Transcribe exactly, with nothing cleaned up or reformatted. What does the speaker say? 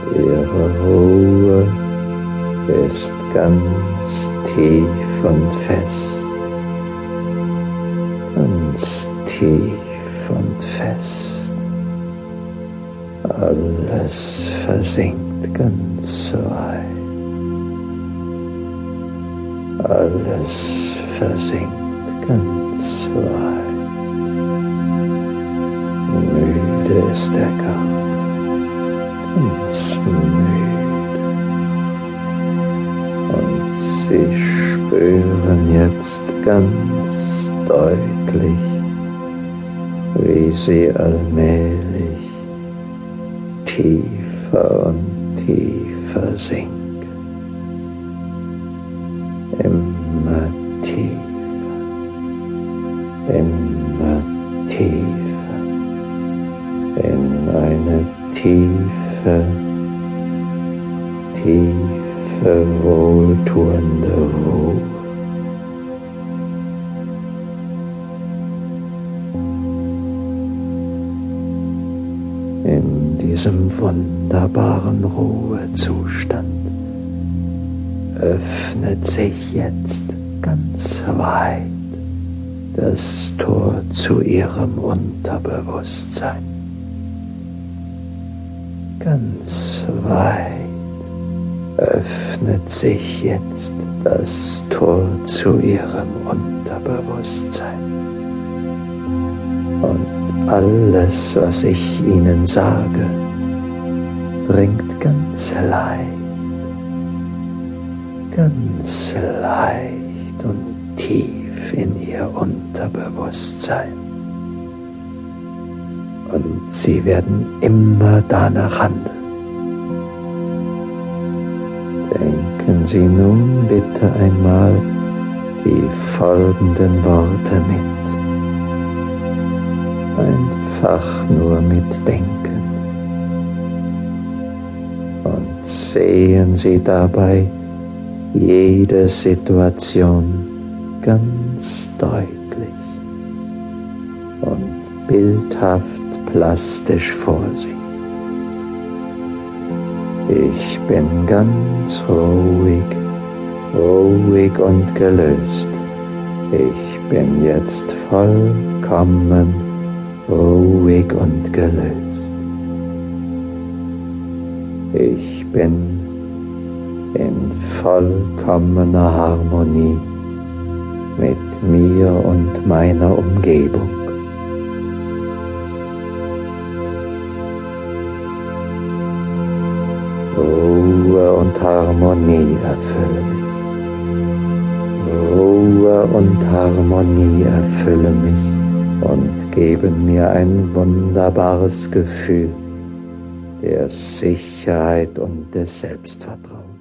Ihre Ruhe ist ganz tief und fest, ganz tief und fest. Alles versinkt ganz weit, alles versinkt ganz weit. Müde ist der Körper, ganz müde. Und Sie spüren jetzt ganz deutlich, wie Sie allmählich tiefer und tiefer sinken. Immer tiefer, immer tiefer in eine tiefe, tiefe, wohltuende Ruhe. In diesem wunderbaren Ruhezustand öffnet sich jetzt ganz weit das Tor zu Ihrem Unterbewusstsein. Ganz weit öffnet sich jetzt das Tor zu Ihrem Unterbewusstsein. Und alles, was ich Ihnen sage, dringt ganz leicht, ganz leicht und tief in Ihr Unterbewusstsein. Und Sie werden immer danach handeln. Denken Sie nun bitte einmal die folgenden Worte mit. Einfach nur mitdenken. Und sehen Sie dabei jede Situation ganz deutlich und bildhaft plastisch vor sich. Ich bin ganz ruhig, ruhig und gelöst. Ich bin jetzt vollkommen ruhig und gelöst. Ich bin in vollkommener Harmonie mit mir und meiner Umgebung. Ruhe und Harmonie erfüllen mich. Ruhe und Harmonie erfüllen mich und geben mir ein wunderbares Gefühl der Sicherheit und des Selbstvertrauens.